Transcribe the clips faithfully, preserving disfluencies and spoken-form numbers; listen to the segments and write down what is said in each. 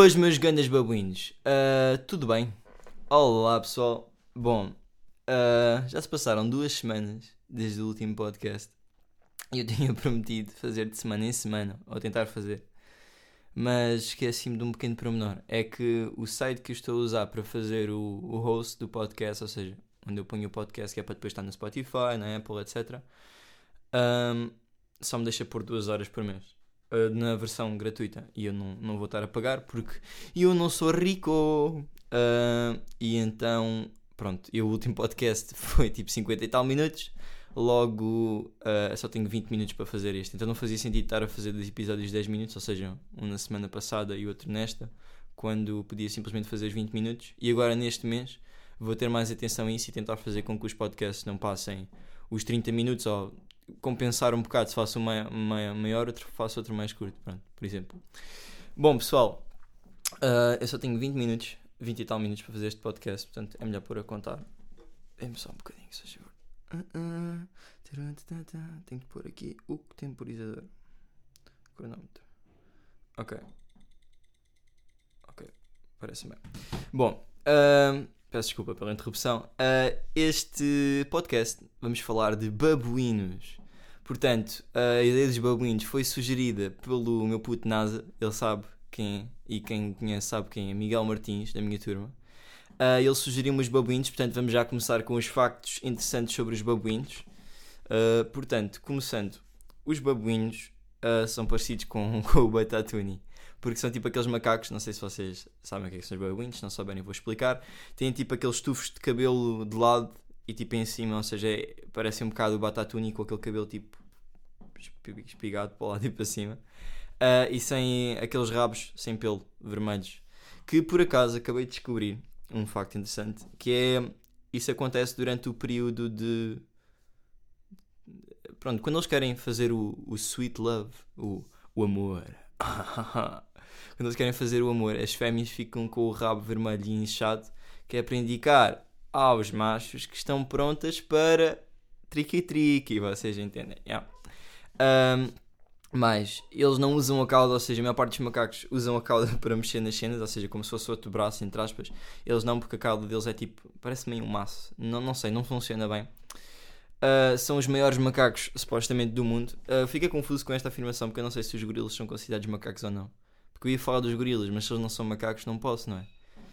Boas, meus grandes babuínos. Uh, tudo bem? Olá, pessoal. Bom, uh, já se passaram duas semanas desde o último podcast e eu tinha prometido fazer de semana em semana, ou tentar fazer, mas esqueci-me de um pequeno pormenor. É que o site que eu estou a usar para fazer o, o host do podcast, ou seja, onde eu ponho o podcast, que é para depois estar no Spotify, na Apple, etcétera, um, só me deixa pôr duas horas por mês. Uh, na versão gratuita, e eu não, não vou estar a pagar porque eu não sou rico. Uh, e então, pronto, eu, o último podcast foi tipo cinquenta e tal minutos, logo uh, só tenho vinte minutos para fazer este, então não fazia sentido estar a fazer dois episódios de dez minutos, ou seja, um na semana passada e outro nesta, quando podia simplesmente fazer os vinte minutos. E agora neste mês vou ter mais atenção a isso e tentar fazer com que os podcasts não passem os trinta minutos, ou compensar um bocado, se faço uma, uma maior, outro, faço outro mais curto, pronto, por exemplo. Bom, pessoal, uh, eu só tenho vinte minutos, vinte e tal minutos para fazer este podcast, portanto é melhor pôr a contar. Dê-me só um bocadinho, se favor. Uh, uh, tenho que pôr aqui o temporizador. Cronómetro. Ok. Ok, parece bem. Bom, uh, peço desculpa pela interrupção. Uh, este podcast vamos falar de babuínos. Portanto, a ideia dos babuínos foi sugerida pelo meu puto NASA. Ele sabe quem é, e quem o conhece sabe quem é, Miguel Martins, da minha turma. Uh, ele sugeriu-me os babuínos, portanto vamos já começar com os factos interessantes sobre os babuínos. Uh, portanto, começando, os babuínos uh, são parecidos com, com o Batatuni, porque são tipo aqueles macacos, não sei se vocês sabem o que é que são os babuínos, se não souberem vou explicar. Têm tipo aqueles tufos de cabelo de lado e tipo em cima, ou seja, é, parece um bocado o Batatuni com aquele cabelo tipo espigado para lá e para cima, uh, e sem aqueles rabos sem pelo, vermelhos, que por acaso acabei de descobrir um facto interessante, que é, isso acontece durante o período de, pronto, quando eles querem fazer o, o sweet love, o, o amor. Quando eles querem fazer o amor, as fêmeas ficam com o rabo vermelho e inchado, que é para indicar aos machos que estão prontas para triqui-triqui, vocês entendem? Yeah. Um, mas eles não usam a cauda, ou seja, a maior parte dos macacos usam a cauda para mexer nas cenas, ou seja, como se fosse outro braço, entre aspas. Eles não, porque a cauda deles é tipo, parece meio um maço, não, não sei, não funciona bem. Uh, são os maiores macacos, supostamente, do mundo. Uh, fiquei confuso com esta afirmação, porque eu não sei se os gorilas são considerados macacos ou não. Porque eu ia falar dos gorilas, mas se eles não são macacos, não posso, não é?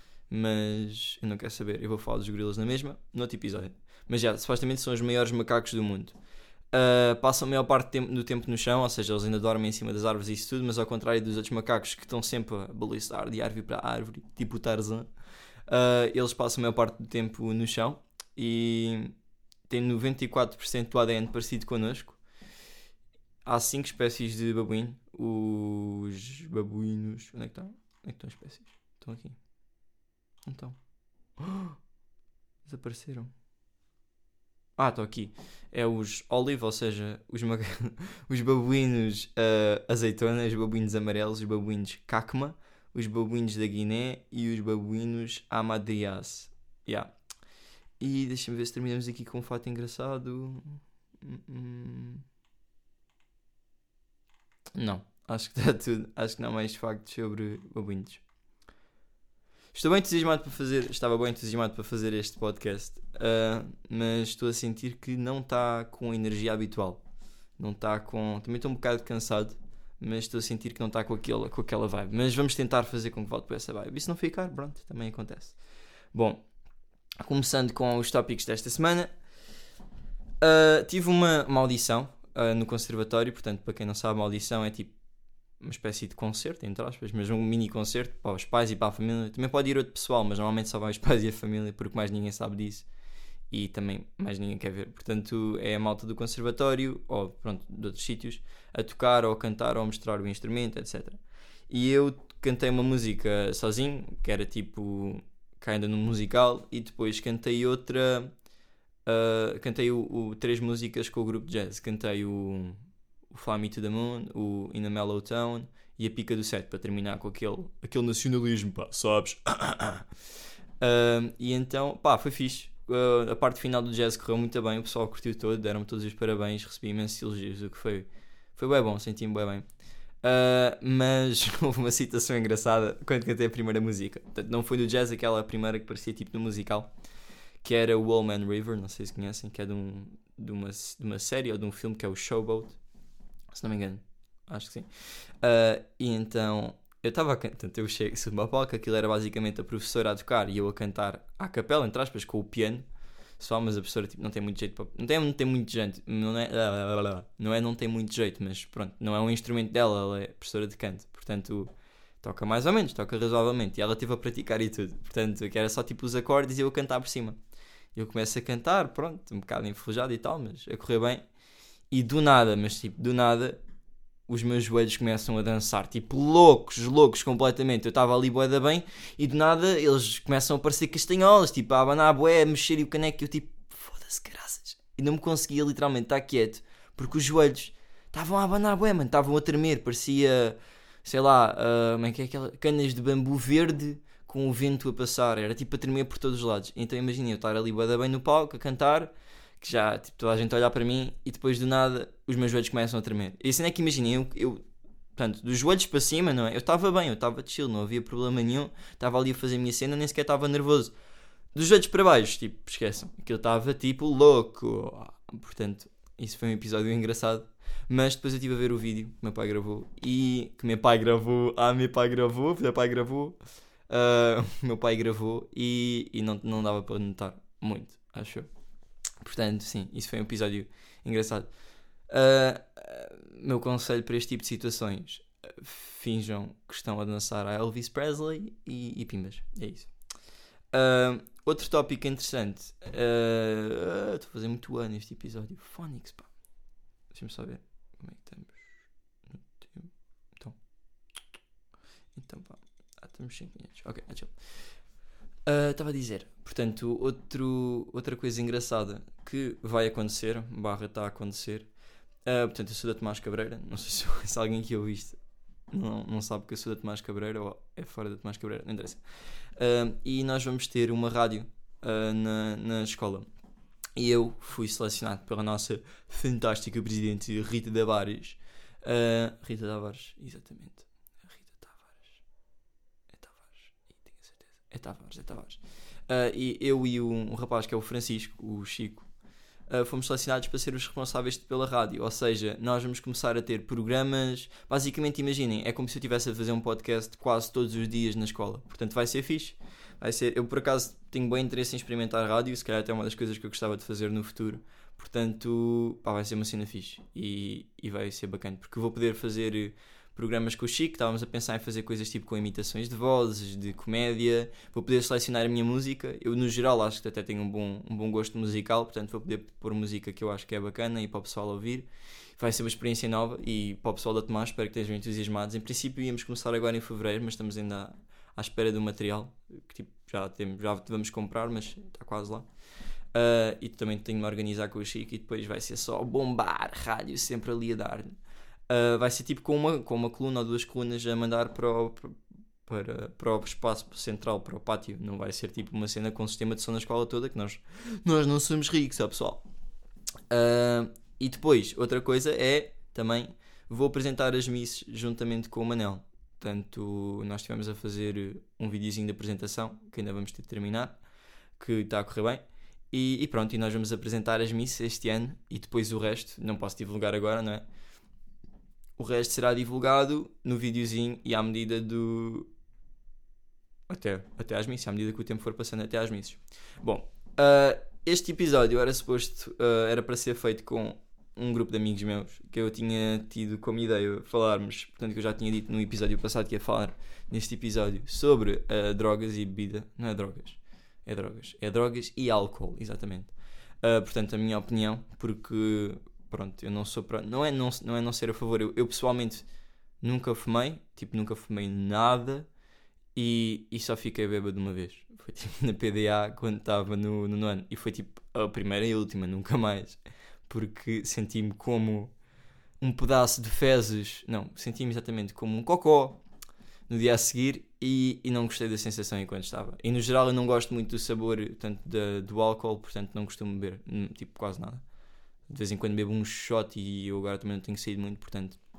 Mas eu não quero saber, eu vou falar dos gorilas na mesma, no outro episódio. Mas já, supostamente são os maiores macacos do mundo. Uh, passam a maior parte do tempo, do tempo no chão, ou seja, eles ainda dormem em cima das árvores e isso tudo, mas ao contrário dos outros macacos que estão sempre a balistar de árvore para árvore, tipo o Tarzan, uh, eles passam a maior parte do tempo no chão e têm noventa e quatro por cento do A D N parecido connosco. Há cinco espécies de babuíno. Os babuínos... Onde é que estão? Onde é que estão as espécies? Estão aqui. Não estão. Oh, desapareceram. Ah, estão aqui. É os olive, ou seja, os, mac... os babuínos uh, azeitona, os babuínos amarelos, os babuínos cacma, os babuínos da Guiné e os babuínos amadrias. Yeah. E deixa-me ver se terminamos aqui com um fato engraçado. Hum... Não, acho que está tudo. Acho que não há mais factos sobre babuínos. Estou bem entusiasmado para fazer, estava bem entusiasmado para fazer este podcast, uh, mas estou a sentir que não está com a energia habitual. Não está com... Também estou um bocado cansado, mas estou a sentir que não está com, aquele, com aquela vibe. Mas vamos tentar fazer com que volte para essa vibe. E se não ficar, pronto, também acontece. Bom, começando com os tópicos desta semana, uh, tive uma, uma audição uh, no conservatório. Portanto, para quem não sabe, uma audição é tipo uma espécie de concerto, entre aspas, mas um mini concerto para os pais e para a família. Também pode ir outro pessoal, mas normalmente só vai os pais e a família, porque mais ninguém sabe disso e também mais ninguém quer ver. Portanto, é a malta do conservatório ou pronto, de outros sítios a tocar ou a cantar ou a mostrar o instrumento, etcétera. E eu cantei uma música sozinho, que era tipo ainda num musical, e depois cantei outra, uh, cantei o, o, três músicas com o grupo de jazz. Cantei o o Fly Me to the Moon, o In a Mellow Tone e a Pica do Sete, para terminar com aquele, aquele nacionalismo, pá, sabes? uh, e então, pá, foi fixe. Uh, a parte final do jazz correu muito bem, o pessoal curtiu todo, deram-me todos os parabéns, recebi imensos elogios, o que foi, foi bem bom, senti-me bem bem. Uh, mas houve uma situação engraçada quando cantei a primeira música. Portanto, não foi do jazz, aquela primeira que parecia tipo no musical, que era o Old Man River, não sei se conhecem, que é de, um, de, uma, de uma série ou de um filme que é o Showboat, se não me engano, acho que sim. Uh, e então eu estava a cantar, eu chego subi ao palco, aquilo era basicamente a professora a tocar e eu a cantar à capela, entre aspas, com o piano. Só, mas a professora tipo, não tem muito jeito para... Não tem, não tem muito jeito, não é, não é não tem muito jeito, mas pronto, não é um instrumento dela, ela é professora de canto, portanto toca mais ou menos, toca razoavelmente, e ela esteve a praticar e tudo, portanto que era só tipo os acordes e eu a cantar por cima. Eu começo a cantar, pronto, um bocado enferrujado e tal, mas a correr bem, e do nada, mas tipo, do nada, os meus joelhos começam a dançar, tipo, loucos, loucos completamente. Eu estava ali bué da bem e do nada eles começam a parecer castanholas, tipo, a abanar a bué, a mexer e o caneco e eu tipo, foda-se, graças. E não me conseguia literalmente estar quieto, porque os joelhos estavam a abanar a bué, mano, estavam a tremer, parecia, sei lá, uh, como é que é aquela, canas de bambu verde com o vento a passar, era tipo a tremer por todos os lados. Então imagina eu estar ali bué da bem no palco a cantar, que já, tipo, toda a gente a olhar para mim e depois do nada os meus joelhos começam a tremer. E assim é que imaginem, eu, eu, portanto, dos joelhos para cima, não é? Eu estava bem, eu estava chill, não havia problema nenhum, estava ali a fazer a minha cena, nem sequer estava nervoso. Dos joelhos para baixo, tipo, esqueçam, aquilo estava tipo louco. Portanto, isso foi um episódio engraçado. Mas depois eu estive a ver o vídeo que meu pai gravou e que meu pai gravou, ah, meu pai gravou, meu pai gravou, uh, meu pai gravou e, e não, não dava para notar muito, acho eu. Portanto, sim, isso foi um episódio engraçado. Uh, uh, meu conselho para este tipo de situações: uh, finjam que estão a dançar a Elvis Presley e, e pimbas. É isso. Uh, outro tópico interessante. Uh, uh, estou a fazer muito ano este episódio. Phonics, pá. Deixa-me só ver como é que estamos. Então, então pá. Ah, estamos cinco minutos. Ok, é chill. Estava uh, a dizer, portanto, outro, outra coisa engraçada que vai acontecer, barra está a acontecer, uh, portanto, eu sou da Tomás Cabreira, não sei se, se alguém que ouve isto não, não sabe que eu sou da Tomás Cabreira ou é fora da Tomás Cabreira, não interessa. Uh, e nós vamos ter uma rádio uh, na, na escola. E eu fui selecionado pela nossa fantástica presidente Rita Tavares. Uh, Rita Tavares, exatamente. É Tavares, é Tavares. Uh, e eu e um, um rapaz que é o Francisco, o Chico, uh, fomos selecionados para ser os responsáveis pela rádio. Ou seja, nós vamos começar a ter programas. Basicamente, imaginem, é como se eu estivesse a fazer um podcast quase todos os dias na escola. Portanto, vai ser fixe. Vai ser... Eu, por acaso, tenho bem interesse em experimentar rádio. Se calhar até é uma das coisas que eu gostava de fazer no futuro. Portanto, pá, vai ser uma cena fixe. E, e vai ser bacana. Porque eu vou poder fazer programas com o Chico, estávamos a pensar em fazer coisas tipo com imitações de vozes, de comédia, vou poder selecionar a minha música, eu no geral acho que até tenho um bom, um bom gosto musical, portanto vou poder pôr música que eu acho que é bacana e para o pessoal ouvir, vai ser uma experiência nova e para o pessoal da Tomás espero que estejam entusiasmados. Em princípio íamos começar agora em fevereiro, mas estamos ainda à, à espera do material, que tipo, já, temos, já vamos comprar, mas está quase lá. Uh, e também tenho de me organizar com o Chico e depois vai ser só bombar, rádio sempre ali a dar-lhe. Uh, vai ser tipo com uma, com uma coluna ou duas colunas a mandar para o, para, para o espaço central, para o pátio. Não vai ser tipo uma cena com um sistema de som na escola toda, que nós, nós não somos ricos, ó pessoal. Uh, e depois, outra coisa é, também, vou apresentar as misses juntamente com o Manel. Portanto, nós estivemos a fazer um videozinho de apresentação, que ainda vamos ter de terminar, que está a correr bem. E, e pronto, e nós vamos apresentar as misses este ano, e depois o resto, não posso divulgar agora, não é? O resto será divulgado no videozinho e à medida do... Até, até às missas, à medida que o tempo for passando até às missas. Bom, uh, este episódio era suposto, uh, era para ser feito com um grupo de amigos meus, que eu tinha tido como ideia falarmos, portanto que eu já tinha dito no episódio passado que ia falar neste episódio sobre uh, drogas e bebida. Não é drogas, é drogas. É drogas e álcool, exatamente. Uh, portanto, a minha opinião, porque... Pronto, eu não sou para... Não é não, não é não ser a favor. Eu, eu pessoalmente nunca fumei. Tipo, nunca fumei nada. E, e só fiquei bêbado uma vez. Foi tipo na P D A quando estava no, no ano. E foi tipo a primeira e a última, nunca mais. Porque senti-me como um pedaço de fezes. Não, senti-me exatamente como um cocó no dia a seguir. E, e não gostei da sensação enquanto estava. E no geral eu não gosto muito do sabor tanto da, do álcool. Portanto não costumo beber. Tipo, quase nada. De vez em quando bebo um shot e eu agora também não tenho saído muito, portanto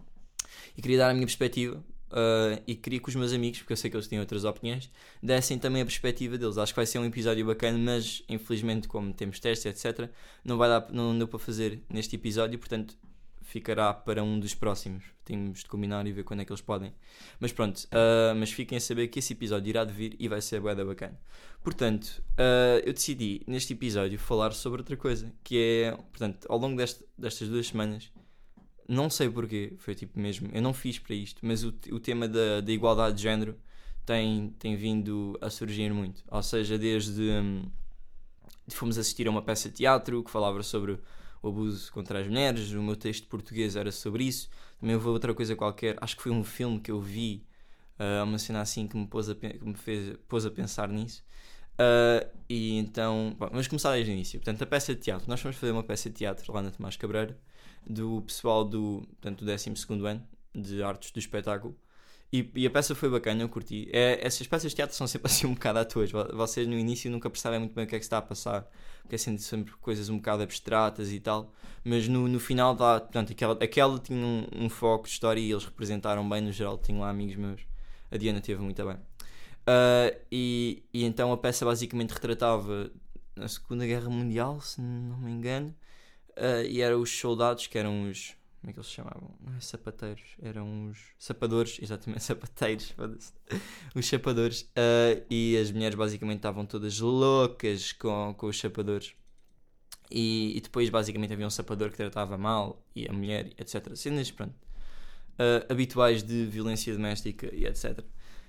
E queria dar a minha perspectiva uh, e queria que os meus amigos, porque eu sei que eles têm outras opiniões, dessem também a perspectiva deles. Acho que vai ser um episódio bacana, mas infelizmente, como temos testes, etcétera, não vai dar, não deu para fazer neste episódio, portanto ficará para um dos próximos. Temos de combinar e ver quando é que eles podem. Mas pronto, uh, mas fiquem a saber que esse episódio irá de vir e vai ser bué da bacana. Portanto, uh, eu decidi neste episódio falar sobre outra coisa, que é, portanto, ao longo deste, destas duas semanas, não sei porquê, foi tipo mesmo, eu não fiz para isto, mas o, o tema da, da igualdade de género tem, tem vindo a surgir muito. Ou seja, desde um, fomos assistir a uma peça de teatro que falava sobre o abuso contra as mulheres, o meu texto português era sobre isso, também houve outra coisa qualquer, acho que foi um filme que eu vi, uh, uma cena assim que me pôs a, que me fez, pôs a pensar nisso, uh, e então, bom, vamos começar desde o início. Portanto, a peça de teatro, nós fomos fazer uma peça de teatro lá na Tomás Cabreira, do pessoal do, portanto, do décimo segundo ano de artes do espetáculo, e, e a peça foi bacana, eu curti. É, essas peças de teatro são sempre assim um bocado à toa, vocês no início nunca percebem muito bem o que é que está a passar, porque é sempre coisas um bocado abstratas e tal, mas no, no final dá, portanto, aquela, aquela tinha um, um foco de história e eles representaram bem, no geral tinham lá amigos meus, a Diana teve muito bem, uh, e, e então a peça basicamente retratava a Segunda Guerra Mundial, se não me engano, uh, e eram os soldados que eram os, como é que eles se chamavam? Não é sapateiros, eram os sapadores, exatamente, sapateiros, os chapadores, uh, e as mulheres basicamente estavam todas loucas com, com os chapadores, e, e depois basicamente havia um sapador que tratava mal, e a mulher, etcétera. Cenas, pronto, uh, habituais de violência doméstica e etcétera.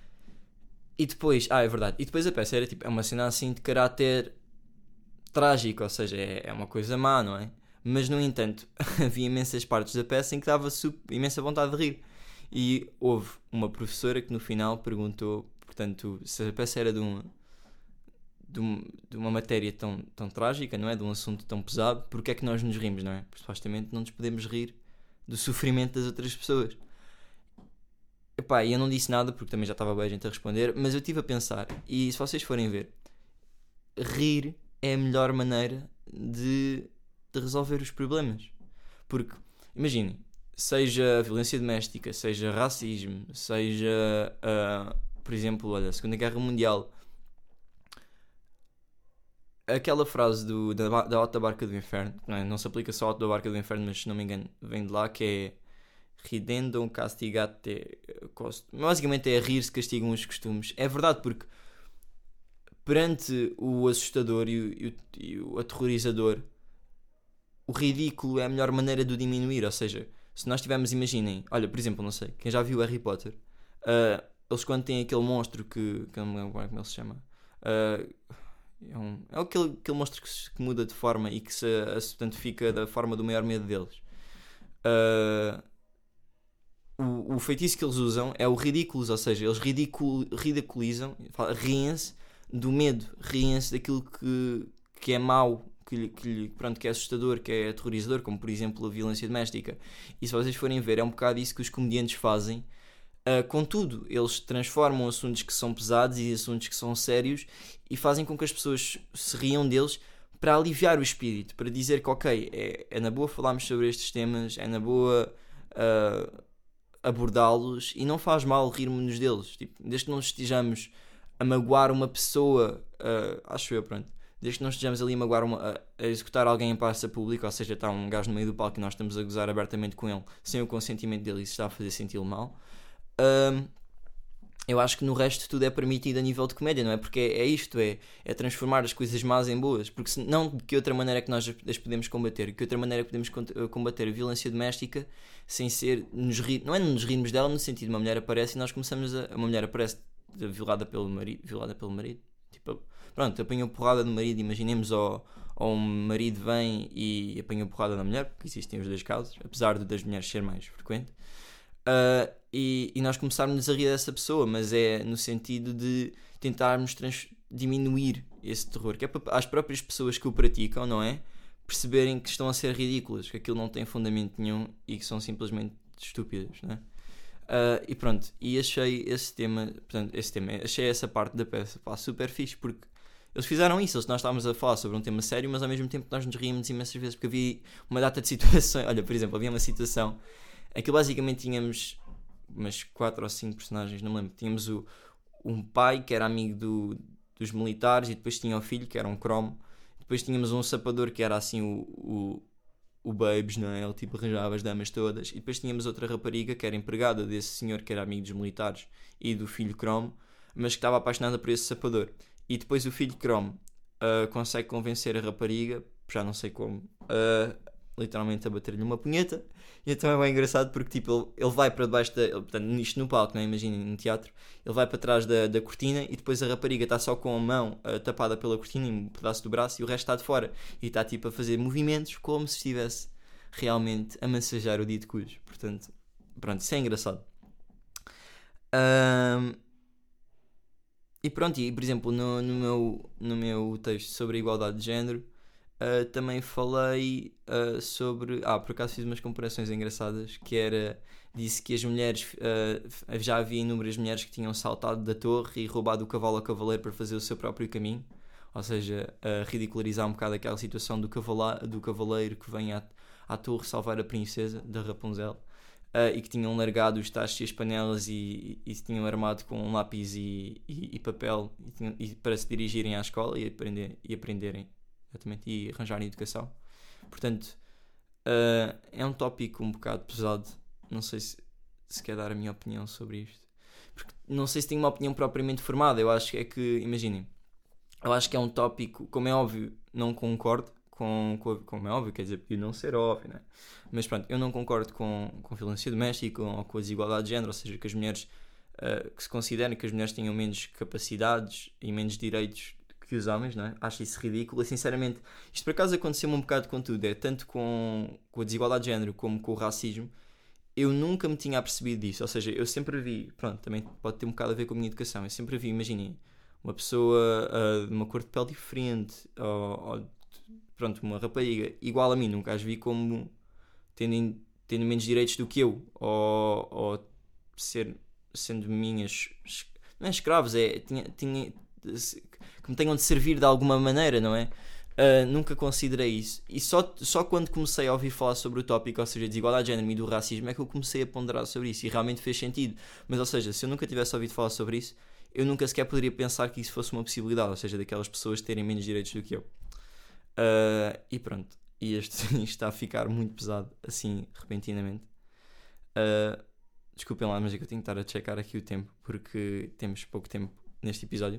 E depois, ah, é verdade, e depois a peça era tipo, é uma cena assim de caráter trágico, ou seja, é, é uma coisa má, não é? Mas, no entanto, havia imensas partes da peça em que dava super, imensa vontade de rir. E houve uma professora que no final perguntou, portanto, se a peça era de, um, de, um, de uma matéria tão, tão trágica, não é? De um assunto tão pesado, porque é que nós nos rimos, não é? Porque supostamente não nos podemos rir do sofrimento das outras pessoas. Epá, e eu não disse nada porque também já estava bem a gente a responder, mas eu estive a pensar, e se vocês forem ver, rir é a melhor maneira de... de resolver os problemas, porque imaginem, seja violência doméstica, seja racismo, seja uh, por exemplo, olha, a Segunda Guerra Mundial, aquela frase do, da, da Alta Barca do Inferno, não, é? Não se aplica só à Alta Barca do Inferno, mas se não me engano vem de lá, que é ridendo castigate costo, basicamente é rir-se castigam os costumes. É verdade, porque perante o assustador e o, e o, e o aterrorizador, o ridículo é a melhor maneira de o diminuir. Ou seja, se nós tivermos, imaginem, olha, por exemplo, não sei, quem já viu Harry Potter, uh, eles quando têm aquele monstro que, que eu não me lembro como ele se chama, uh, é, um, é aquele, aquele monstro que, se, que muda de forma e que se, se portanto, fica da forma do maior medo deles. Uh, o, o feitiço que eles usam é o ridículos, ou seja, eles ridicul, ridiculizam, riem-se do medo, riem-se daquilo que, que é mau, Que, que, pronto, que é assustador, que é aterrorizador, como por exemplo a violência doméstica. E se vocês forem ver, é um bocado isso que os comediantes fazem. Uh, contudo, eles transformam assuntos que são pesados e assuntos que são sérios e fazem com que as pessoas se riam deles para aliviar o espírito, para dizer que ok, é, é na boa falarmos sobre estes temas, é na boa uh, abordá-los e não faz mal rirmos-nos deles, tipo, desde que não estejamos a magoar uma pessoa, uh, acho eu, pronto, desde que não estejamos ali a magoar uma, a, a executar alguém em praça pública, ou seja, está um gajo no meio do palco e nós estamos a gozar abertamente com ele sem o consentimento dele e isso está a fazer senti-lo mal. Um, eu acho que no resto tudo é permitido a nível de comédia, não é? Porque é, é isto, é, é transformar as coisas más em boas, porque se, não de que outra maneira é que nós as podemos combater, que outra maneira é que podemos combater a violência doméstica sem ser nos rir, não é nos rirmos dela no sentido de uma mulher aparece e nós começamos a, uma mulher aparece violada pelo marido, violada pelo marido, tipo, pronto, apanhou porrada do marido, imaginemos, ou, ou um marido vem e apanhou porrada da mulher, porque existem os dois casos, apesar de das mulheres ser mais frequente. Uh, e, e nós começarmos a rir dessa pessoa, mas é no sentido de tentarmos trans- diminuir esse terror, que é para as próprias pessoas que o praticam, não é? Perceberem que estão a ser ridículas, que aquilo não tem fundamento nenhum e que são simplesmente estúpidas, não é? Uh, e pronto, e achei esse tema, portanto, esse tema, achei essa parte da peça, pá, super fixe, porque eles fizeram isso, nós estávamos a falar sobre um tema sério, mas ao mesmo tempo nós nos ríamos imensas vezes, porque havia uma data de situações, olha, por exemplo, havia uma situação Aquilo basicamente tínhamos umas quatro ou cinco personagens, não me lembro. Tínhamos o, um pai que era amigo do, dos militares, e depois tinha o filho que era um cromo. Depois tínhamos um sapador que era assim o, o, o Babes, não é? Ele tipo arranjava as damas todas. E depois tínhamos outra rapariga que era empregada desse senhor que era amigo dos militares e do filho cromo, mas que estava apaixonada por esse sapador. E depois o filho cromo uh, consegue convencer a rapariga, já não sei como, uh, literalmente a bater-lhe uma punheta. E então é bem engraçado porque tipo, ele, ele vai para debaixo da... Ele, portanto, isto no palco, não é? Imaginem, no teatro. Ele vai para trás da, da cortina e depois a rapariga está só com a mão uh, tapada pela cortina e um pedaço do braço, e o resto está de fora. E está tipo a fazer movimentos como se estivesse realmente a massajar o dito cujo. Portanto, pronto, isso é engraçado. Um, e pronto, e por exemplo, no, no, meu, no meu texto sobre a igualdade de género, Uh, também falei uh, sobre... Ah, por acaso fiz umas comparações engraçadas, que era... Disse que as mulheres... Uh, já havia inúmeras mulheres que tinham saltado da torre e roubado o cavalo ao cavaleiro para fazer o seu próprio caminho. Ou seja, uh, ridicularizar um bocado aquela situação do, cavala, do cavaleiro que vem à, à torre salvar a princesa, da Rapunzel. Uh, e que tinham largado os tachos e as panelas e, e, e se tinham armado com um lápis e, e, e papel e tinham, e para se dirigirem à escola e, aprender, e aprenderem. Exatamente, e arranjarem educação. Portanto, uh, é um tópico um bocado pesado. Não sei se, se quer dar a minha opinião sobre isto, porque não sei se tenho uma opinião propriamente formada. Eu acho que é que, imaginem, eu acho que é um tópico, como é óbvio, não concordo com, com como é óbvio, quer dizer, podia não ser óbvio, né? Mas pronto, eu não concordo com, com violência doméstica ou com a desigualdade de género, ou seja, que as mulheres, uh, que se considerem que as mulheres tenham menos capacidades e menos direitos que os homens, não é? Acho isso ridículo. E sinceramente, isto por acaso aconteceu-me um bocado com tudo, é tanto com, com a desigualdade de género como com o racismo. Eu nunca me tinha apercebido disso, ou seja, eu sempre vi, pronto, também pode ter um bocado a ver com a minha educação, eu sempre vi, imaginem, uma pessoa uh, de uma cor de pele diferente, ou, ou pronto, uma rapariga igual a mim, nunca as vi como tendo, tendo menos direitos do que eu, ou, ou ser, sendo minhas, não é escravos, é, tinha, tinha que me tenham de servir de alguma maneira, não é? Uh, nunca considerei isso. E só, só quando comecei a ouvir falar sobre o tópico, ou seja, a desigualdade de género e do racismo, é que eu comecei a ponderar sobre isso e realmente fez sentido. Mas, ou seja, se eu nunca tivesse ouvido falar sobre isso, eu nunca sequer poderia pensar que isso fosse uma possibilidade, ou seja, daquelas pessoas terem menos direitos do que eu. Uh, e pronto. E este isto está a ficar muito pesado, assim, repentinamente. Uh, desculpem lá, mas é que eu tenho que estar a checar aqui o tempo, porque temos pouco tempo neste episódio.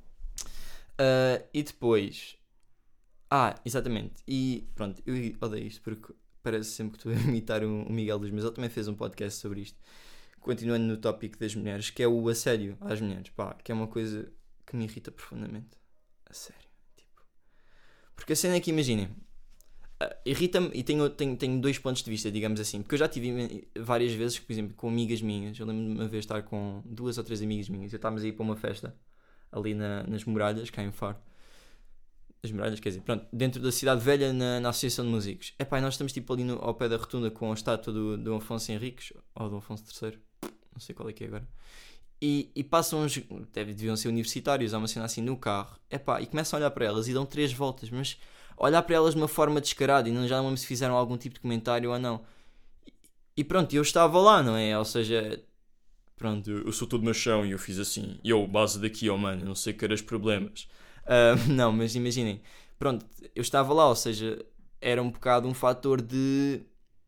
Uh, e depois... Ah, exatamente. E pronto, eu odeio isto porque parece sempre que estou a imitar o Miguel Luz, mas ele também fez um podcast sobre isto. Continuando no tópico das mulheres, que é o assédio às mulheres. Pá, que é uma coisa que me irrita profundamente. A sério. Tipo... Porque a cena é que, imaginem, uh, irrita-me e tenho, tenho, tenho dois pontos de vista, digamos assim. Porque eu já tive várias vezes, por exemplo, com amigas minhas. Eu lembro-me de uma vez estar com duas ou três amigas minhas. Eu estávamos a ir para uma festa ali na, nas Muralhas, cá em Faro. As Muralhas, quer dizer, pronto, dentro da Cidade Velha, na, na Associação de Músicos. Epá, e nós estamos tipo ali no, ao pé da rotunda com a estátua do, do Afonso Henriques, ou do Afonso terceiro, não sei qual é que é agora. E, e passam uns, deve, deviam ser universitários, há uma cena assim no carro. Epá, e começam a olhar para elas e dão três voltas, mas olhar para elas de uma forma descarada, e não, já não lembro se fizeram algum tipo de comentário ou não. E, e pronto, eu estava lá, não é? Ou seja... Pronto, eu sou todo machão e eu fiz assim. E eu, base daqui, oh mano, não sei que eras problemas. Uh, não, mas imaginem. Pronto, eu estava lá, ou seja, era um bocado um fator de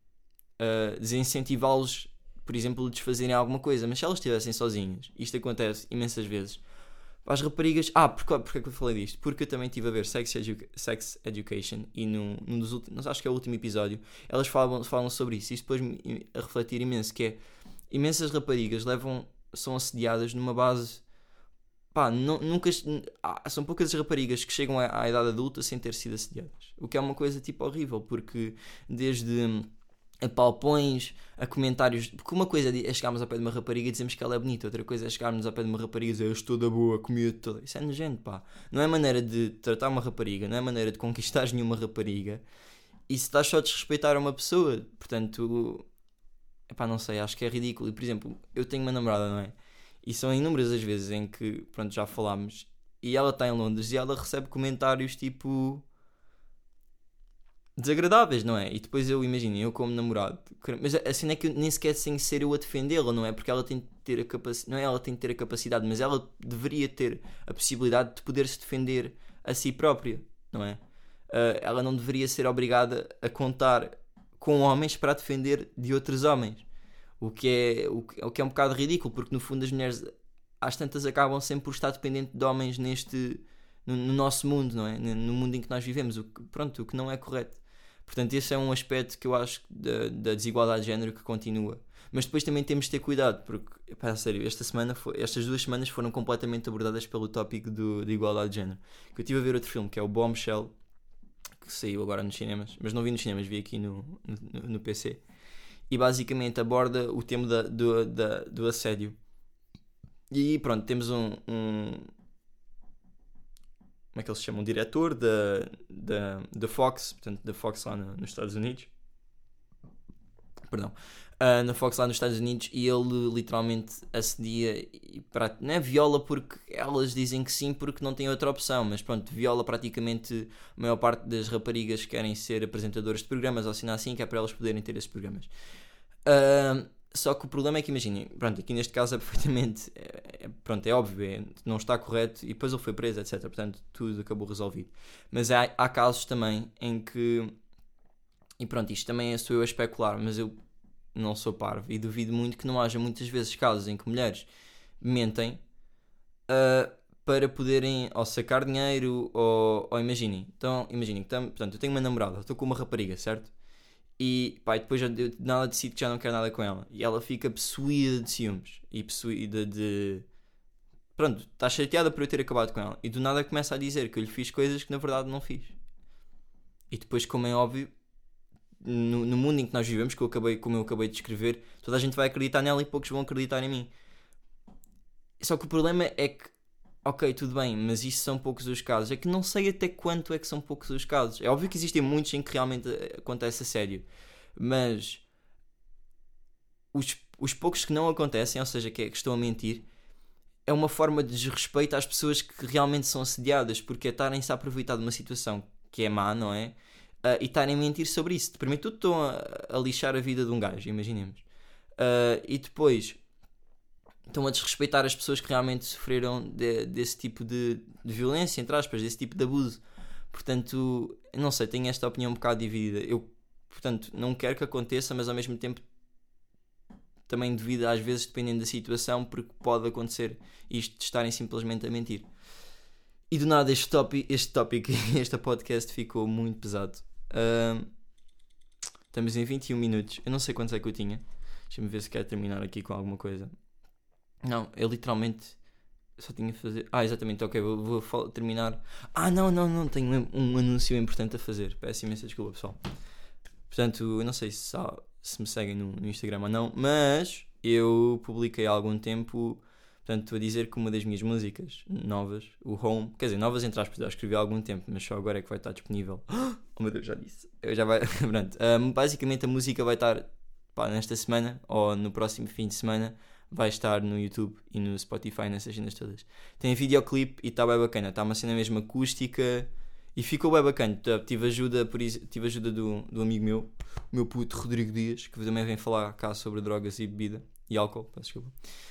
uh, desincentivá-los, por exemplo, de desfazerem alguma coisa. Mas se elas estivessem sozinhas, isto acontece imensas vezes. As raparigas... Ah, porquê, porquê é que eu falei disto? Porque eu também estive a ver Sex, Edu- Sex Education e num, num dos últimos... Acho que é o último episódio. Elas falam, falam sobre isso. E isto depois-me a refletir imenso, que é... Imensas raparigas levam, são assediadas numa base, pá, não, nunca, ah, são poucas as raparigas que chegam à, à idade adulta sem ter sido assediadas, o que é uma coisa tipo horrível, porque desde apalpões a comentários, porque uma coisa é chegarmos ao pé de uma rapariga e dizemos que ela é bonita, outra coisa é chegarmos ao pé de uma rapariga e dizer eu estou da boa, comia toda, isso é nojento, pá, não é maneira de tratar uma rapariga, não é maneira de conquistar nenhuma rapariga, e se estás só a desrespeitar uma pessoa, portanto... Epá, não sei, acho que é ridículo. E, por exemplo, eu tenho uma namorada, não é? E são inúmeras as vezes em que, pronto, já falámos. E ela está em Londres e ela recebe comentários tipo... desagradáveis, não é? E depois eu imagino, eu como namorado, mas a cena é que eu nem sequer sem ser eu a defendê-la, não é? Porque ela tem de ter a capacidade, não é ela tem de ter a capacidade, mas ela deveria ter a possibilidade de poder se defender a si própria, não é? Uh, ela não deveria ser obrigada a contar com homens para a defender de outros homens, o que é, o que, o que é um bocado ridículo, porque no fundo as mulheres às tantas acabam sempre por estar dependentes de homens neste, no, no nosso mundo, não é? No mundo em que nós vivemos, o que, pronto, o que não é correto. Portanto, esse é um aspecto que eu acho da, da desigualdade de género que continua. Mas depois também temos de ter cuidado, porque, pá, sério, esta semana foi, estas duas semanas foram completamente abordadas pelo tópico do, de igualdade de género. Que eu estive a ver outro filme, que é o Bombshell, que saiu agora nos cinemas, mas não vi nos cinemas, vi aqui no, no, no P C. E basicamente aborda o tema da, do, da, do assédio. E pronto, temos um, um... como é que ele se chama? Um diretor da, da, da Fox, portanto, da Fox lá no, nos Estados Unidos. Perdão. Uh, na Fox lá nos Estados Unidos, e ele literalmente assedia e pra, não é viola porque elas dizem que sim porque não tem outra opção, mas pronto, viola praticamente a maior parte das raparigas que querem ser apresentadoras de programas ou assim assim, que é para elas poderem ter esses programas. Uh, só que o problema é que imaginem, pronto, aqui neste caso é perfeitamente é, é, pronto, é óbvio, é, não está correto e depois ele foi preso, etc, portanto tudo acabou resolvido, mas há, há casos também em que, e pronto, isto também sou eu a especular, mas eu não sou parvo e duvido muito que não haja muitas vezes casos em que mulheres mentem uh, para poderem ou sacar dinheiro ou, ou imaginem, então imaginem, então, portanto eu tenho uma namorada, estou com uma rapariga, certo? E pá, e depois eu, eu nada decido que já não quero nada com ela e ela fica possuída de ciúmes e possuída de, pronto, está chateada por eu ter acabado com ela e do nada começa a dizer que eu lhe fiz coisas que na verdade não fiz. E depois, como é óbvio, no, no mundo em que nós vivemos, que eu acabei, como eu acabei de descrever, toda a gente vai acreditar nela e poucos vão acreditar em mim. Só que o problema é que, ok, tudo bem, mas isso são poucos os casos. É que não sei até quanto é que são poucos os casos. É óbvio que existem muitos em que realmente acontece a sério, mas os, os poucos que não acontecem, ou seja, que, é, que estão a mentir, é uma forma de desrespeito às pessoas que realmente são assediadas, porque é estarem-se a aproveitar de uma situação que é má, não é? Uh, e estarem a mentir sobre isso. Primeiro tudo estão a, a lixar a vida de um gajo, imaginemos. Uh, e depois estão a desrespeitar as pessoas que realmente sofreram de, desse tipo de, de violência, entre aspas, desse tipo de abuso. Portanto, não sei, tenho esta opinião um bocado dividida. Eu, portanto, não quero que aconteça, mas ao mesmo tempo também devido às vezes, dependendo da situação, porque pode acontecer isto de estarem simplesmente a mentir. E do nada este tópico, este tópico, este podcast ficou muito pesado. Uh, estamos em vinte e um minutos. Eu não sei quantos é que eu tinha. Deixa-me ver se quero terminar aqui com alguma coisa. Não, eu literalmente só tinha a fazer. Ah, exatamente, ok, vou, vou terminar. Ah, não, não, não, tenho um, um anúncio importante a fazer. Peço imensa desculpa, pessoal. Portanto, eu não sei se, se me seguem no, no Instagram ou não, mas eu publiquei há algum tempo. Portanto, estou a dizer que uma das minhas músicas novas, o Home, quer dizer, novas entre aspas, já escrevi há algum tempo, mas só agora é que vai estar disponível. Oh meu Deus, já disse. Eu já vai. Pronto. Um, basicamente a música vai estar, pá, nesta semana ou no próximo fim de semana. Vai estar no YouTube e no Spotify, nessas cenas todas. Tem videoclipe e está bem bacana. Está uma cena mesmo acústica e ficou bem bacana. Tive ajuda, por isso, tive ajuda do, do amigo meu, o meu puto Rodrigo Dias, que também vem falar cá sobre drogas e bebida e álcool, peço desculpa.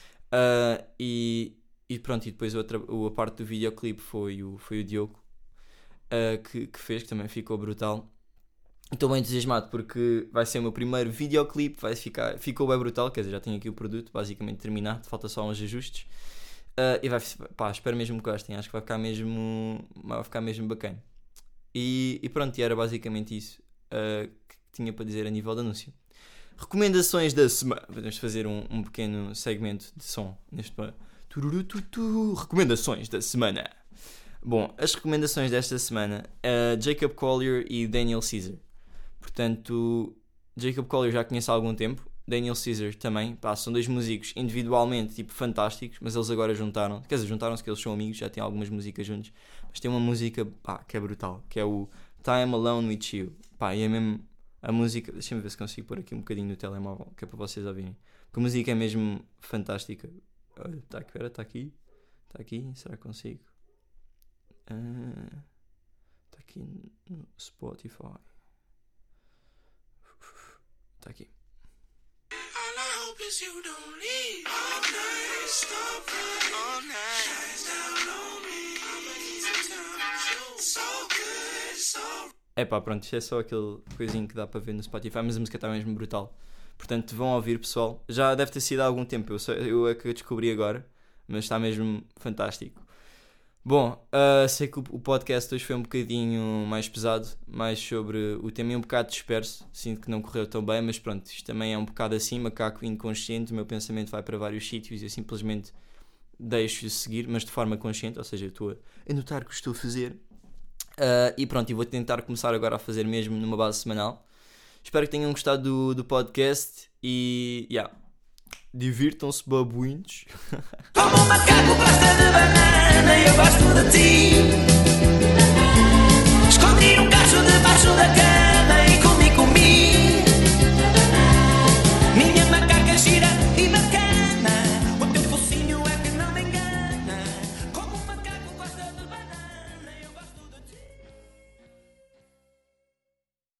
Uh, e, e pronto, e depois outra, a parte do videoclipe foi o, foi o Diogo uh, que, que fez, que também ficou brutal. Estou bem entusiasmado porque vai ser o meu primeiro videoclipe, vai ficar, ficou bem brutal, quer dizer, já tenho aqui o produto basicamente terminado, falta só uns ajustes uh, e vai, pá, espero mesmo que gostem, acho que vai ficar mesmo, vai ficar mesmo bacana. E, e pronto, e era basicamente isso uh, que tinha para dizer a nível de anúncio. Recomendações da semana. Vamos fazer um, um pequeno segmento de som neste tururututu. Recomendações da semana. Bom, as recomendações desta semana, uh, Jacob Collier e Daniel Caesar. Portanto, Jacob Collier já conheço há algum tempo, Daniel Caesar também. Pá, são dois músicos individualmente tipo fantásticos, mas eles agora juntaram, quer dizer, juntaram-se que eles são amigos, já têm algumas músicas juntos, mas tem uma música, pá, que é brutal, que é o Time Alone With You. Pá, e é mesmo a música, deixa-me ver se consigo pôr aqui um bocadinho no telemóvel, que é para vocês ouvirem, porque a música é mesmo fantástica. Olha, está aqui, espera, está aqui, está aqui, será que consigo? Está uh, aqui no Spotify. está aqui. É pá, pronto, isto é só aquele coisinho que dá para ver no Spotify, mas a música está mesmo brutal. Portanto, vão ouvir, pessoal. Já deve ter sido há algum tempo, eu, só, eu é que eu descobri agora, mas está mesmo fantástico. Bom, uh, sei que o, o podcast hoje foi um bocadinho mais pesado, mais sobre o tema e um bocado disperso. Sinto que não correu tão bem, mas pronto, isto também é um bocado assim, macaco inconsciente. O meu pensamento vai para vários sítios e eu simplesmente deixo de seguir, mas de forma consciente, ou seja, eu estou a notar o que estou a fazer. Uh, e pronto, e vou tentar começar agora a fazer mesmo numa base semanal. Espero que tenham gostado do, do podcast e, yeah, divirtam-se, babuinhos. Como um macaco gosta de banana, eu gosto de ti.